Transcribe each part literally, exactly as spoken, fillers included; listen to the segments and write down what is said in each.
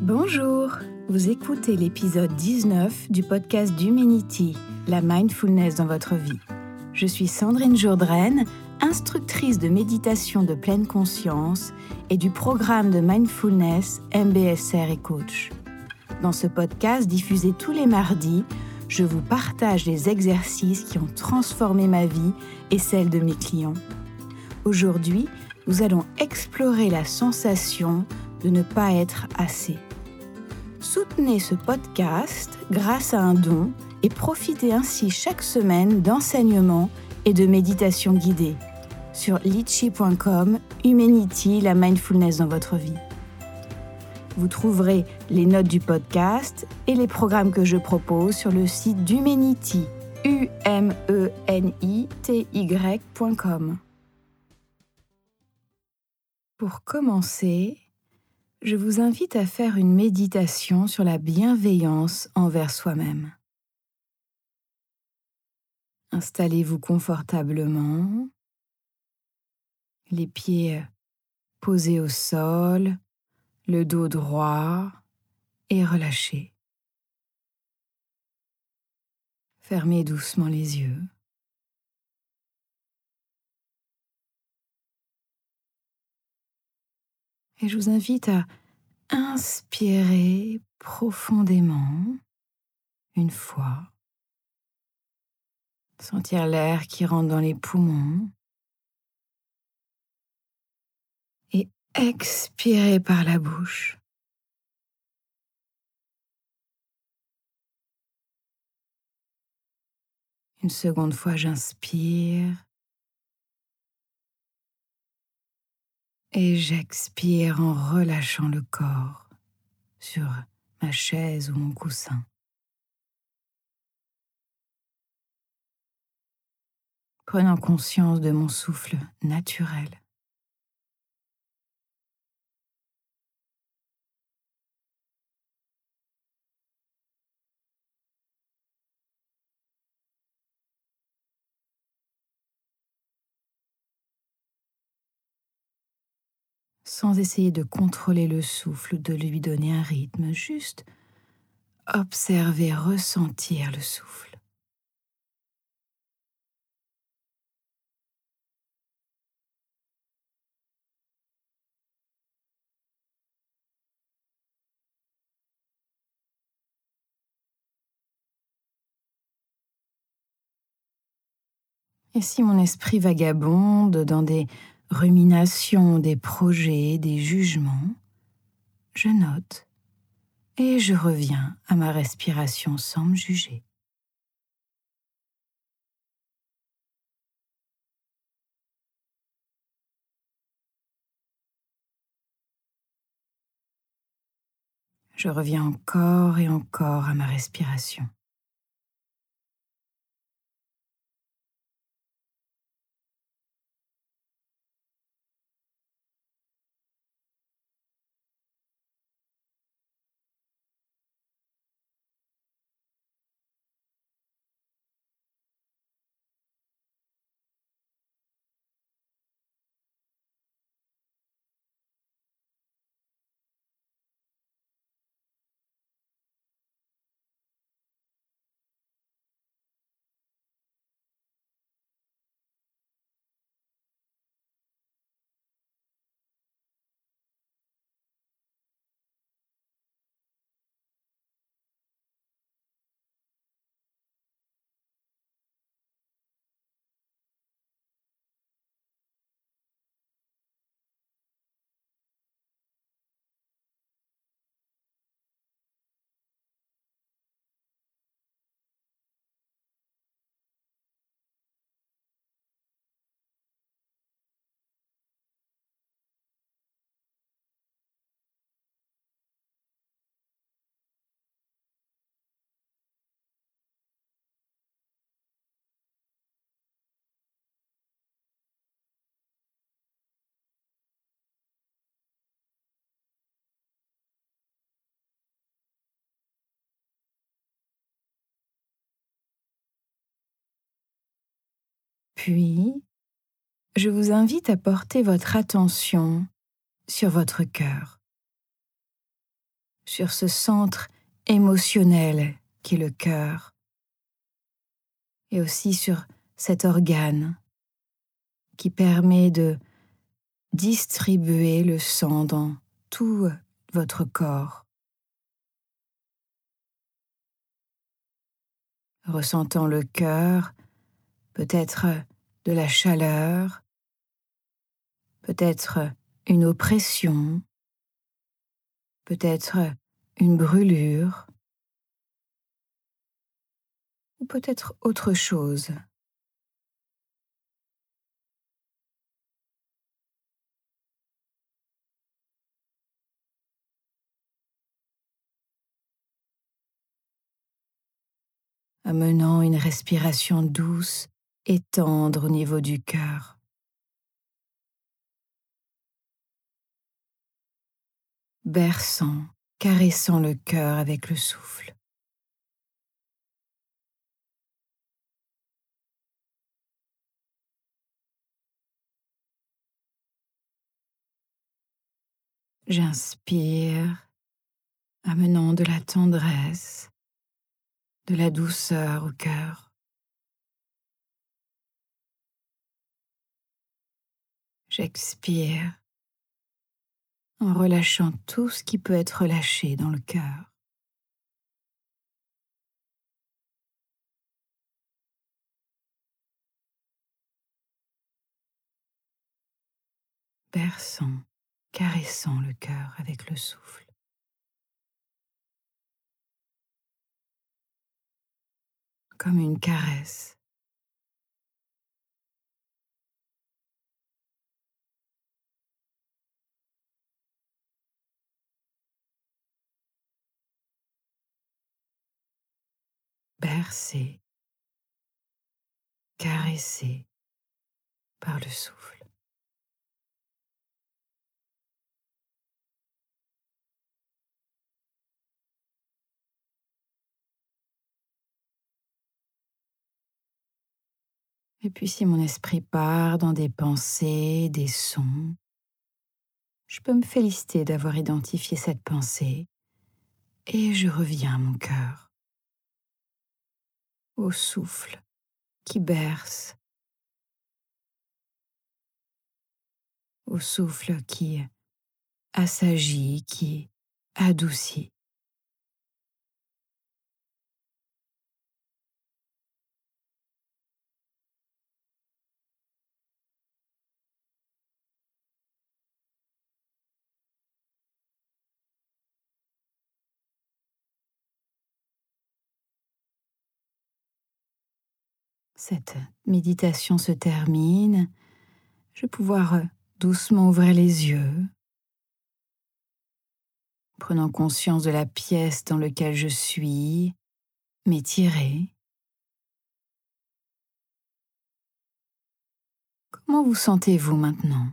Bonjour, vous écoutez l'épisode dix-neuf du podcast d'Humanity, la mindfulness dans votre vie. Je suis Sandrine Jourdraine, instructrice de méditation de pleine conscience et du programme de mindfulness M B S R et coach. Dans ce podcast diffusé tous les mardis, je vous partage les exercices qui ont transformé ma vie et celle de mes clients. Aujourd'hui, nous allons explorer la sensation de ne pas être assez. Soutenez ce podcast grâce à un don et profitez ainsi chaque semaine d'enseignements et de méditations guidées sur litchi point com, Humanity, la mindfulness dans votre vie. Vous trouverez les notes du podcast et les programmes que je propose sur le site d'Humanity, U M E N I T Y point com. Pour commencer, je vous invite à faire une méditation sur la bienveillance envers soi-même. Installez-vous confortablement, les pieds posés au sol, le dos droit et relâché. Fermez doucement les yeux. Et je vous invite à inspirer profondément une fois. Sentir l'air qui rentre dans les poumons. Et expirer par la bouche. Une seconde fois, j'inspire. Et j'expire en relâchant le corps sur ma chaise ou mon coussin. Prenant conscience de mon souffle naturel. Sans essayer de contrôler le souffle ou de lui donner un rythme, juste observer, ressentir le souffle. Et si mon esprit vagabonde dans des ruminations, des projets, des jugements, je note et je reviens à ma respiration sans me juger. Je reviens encore et encore à ma respiration. Puis, je vous invite à porter votre attention sur votre cœur, sur ce centre émotionnel qu'est le cœur, et aussi sur cet organe qui permet de distribuer le sang dans tout votre corps, ressentant le cœur, peut-être de la chaleur, peut-être une oppression, peut-être une brûlure, ou peut-être autre chose. Amenant une respiration douce et tendre au niveau du cœur. Berçant, caressant le cœur avec le souffle. J'inspire, amenant de la tendresse, de la douceur au cœur. J'expire en relâchant tout ce qui peut être relâché dans le cœur. Berçant, caressant le cœur avec le souffle. Comme une caresse. Bercé, caressé par le souffle. Et puis si mon esprit part dans des pensées, des sons, je peux me féliciter d'avoir identifié cette pensée et je reviens à mon cœur, au souffle qui berce, au souffle qui assagit, qui adoucit. Cette méditation se termine, je vais pouvoir doucement ouvrir les yeux, prenant conscience de la pièce dans laquelle je suis, m'étirer. Comment vous sentez-vous maintenant?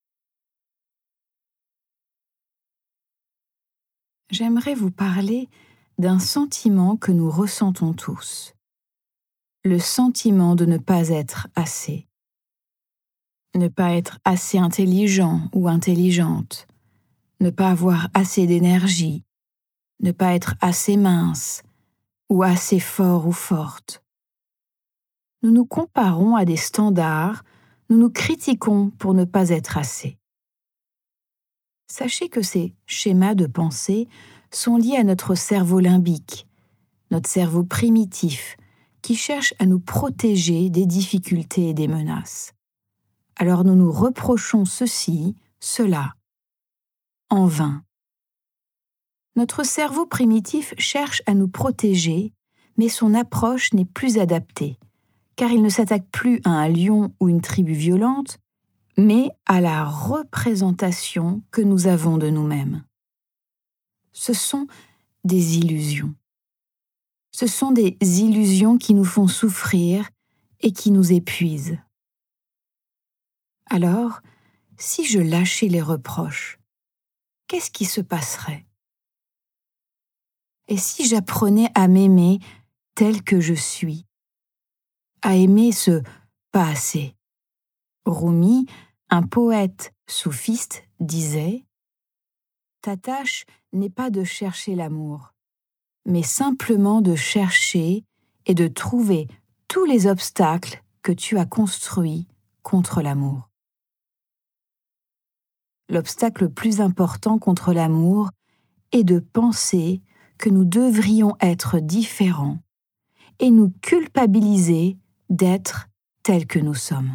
J'aimerais vous parler d'un sentiment que nous ressentons tous. Le sentiment de ne pas être assez. Ne pas être assez intelligent ou intelligente. Ne pas avoir assez d'énergie. Ne pas être assez mince ou assez fort ou forte. Nous nous comparons à des standards, nous nous critiquons pour ne pas être assez. Sachez que ces schémas de pensée sont liés à notre cerveau limbique, notre cerveau primitif, qui cherche à nous protéger des difficultés et des menaces. Alors nous nous reprochons ceci, cela, en vain. Notre cerveau primitif cherche à nous protéger, mais son approche n'est plus adaptée, car il ne s'attaque plus à un lion ou une tribu violente, mais à la représentation que nous avons de nous-mêmes. Ce sont des illusions. Ce sont des illusions qui nous font souffrir et qui nous épuisent. Alors, si je lâchais les reproches, qu'est-ce qui se passerait? Et si j'apprenais à m'aimer tel que je suis, à aimer ce pas assez? Rumi, un poète soufiste, disait ta tâche n'est pas de chercher l'amour, mais simplement de chercher et de trouver tous les obstacles que tu as construits contre l'amour. L'obstacle le plus important contre l'amour est de penser que nous devrions être différents et nous culpabiliser d'être tels que nous sommes.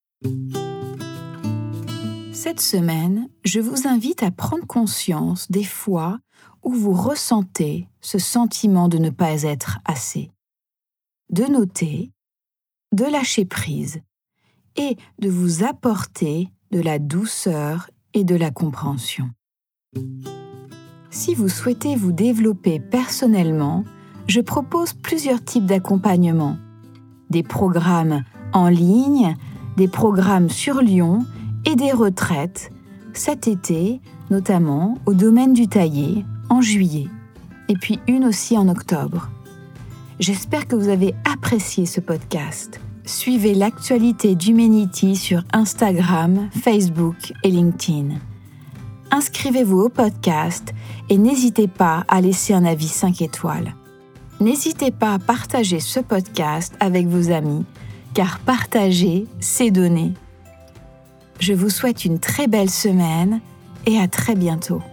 Cette semaine, je vous invite à prendre conscience des fois où vous ressentez ce sentiment de ne pas être assez, de noter, de lâcher prise et de vous apporter de la douceur et de la compréhension. Si vous souhaitez vous développer personnellement, je propose plusieurs types d'accompagnement. Des programmes en ligne, des programmes sur Lyon et des retraites, cet été, notamment au domaine du taillé, en juillet, et puis une aussi en octobre. J'espère que vous avez apprécié ce podcast. Suivez l'actualité d'Humanity sur Instagram, Facebook et LinkedIn. Inscrivez-vous au podcast et n'hésitez pas à laisser un avis cinq étoiles. N'hésitez pas à partager ce podcast avec vos amis, car partager, c'est donner. Je vous souhaite une très belle semaine et à très bientôt.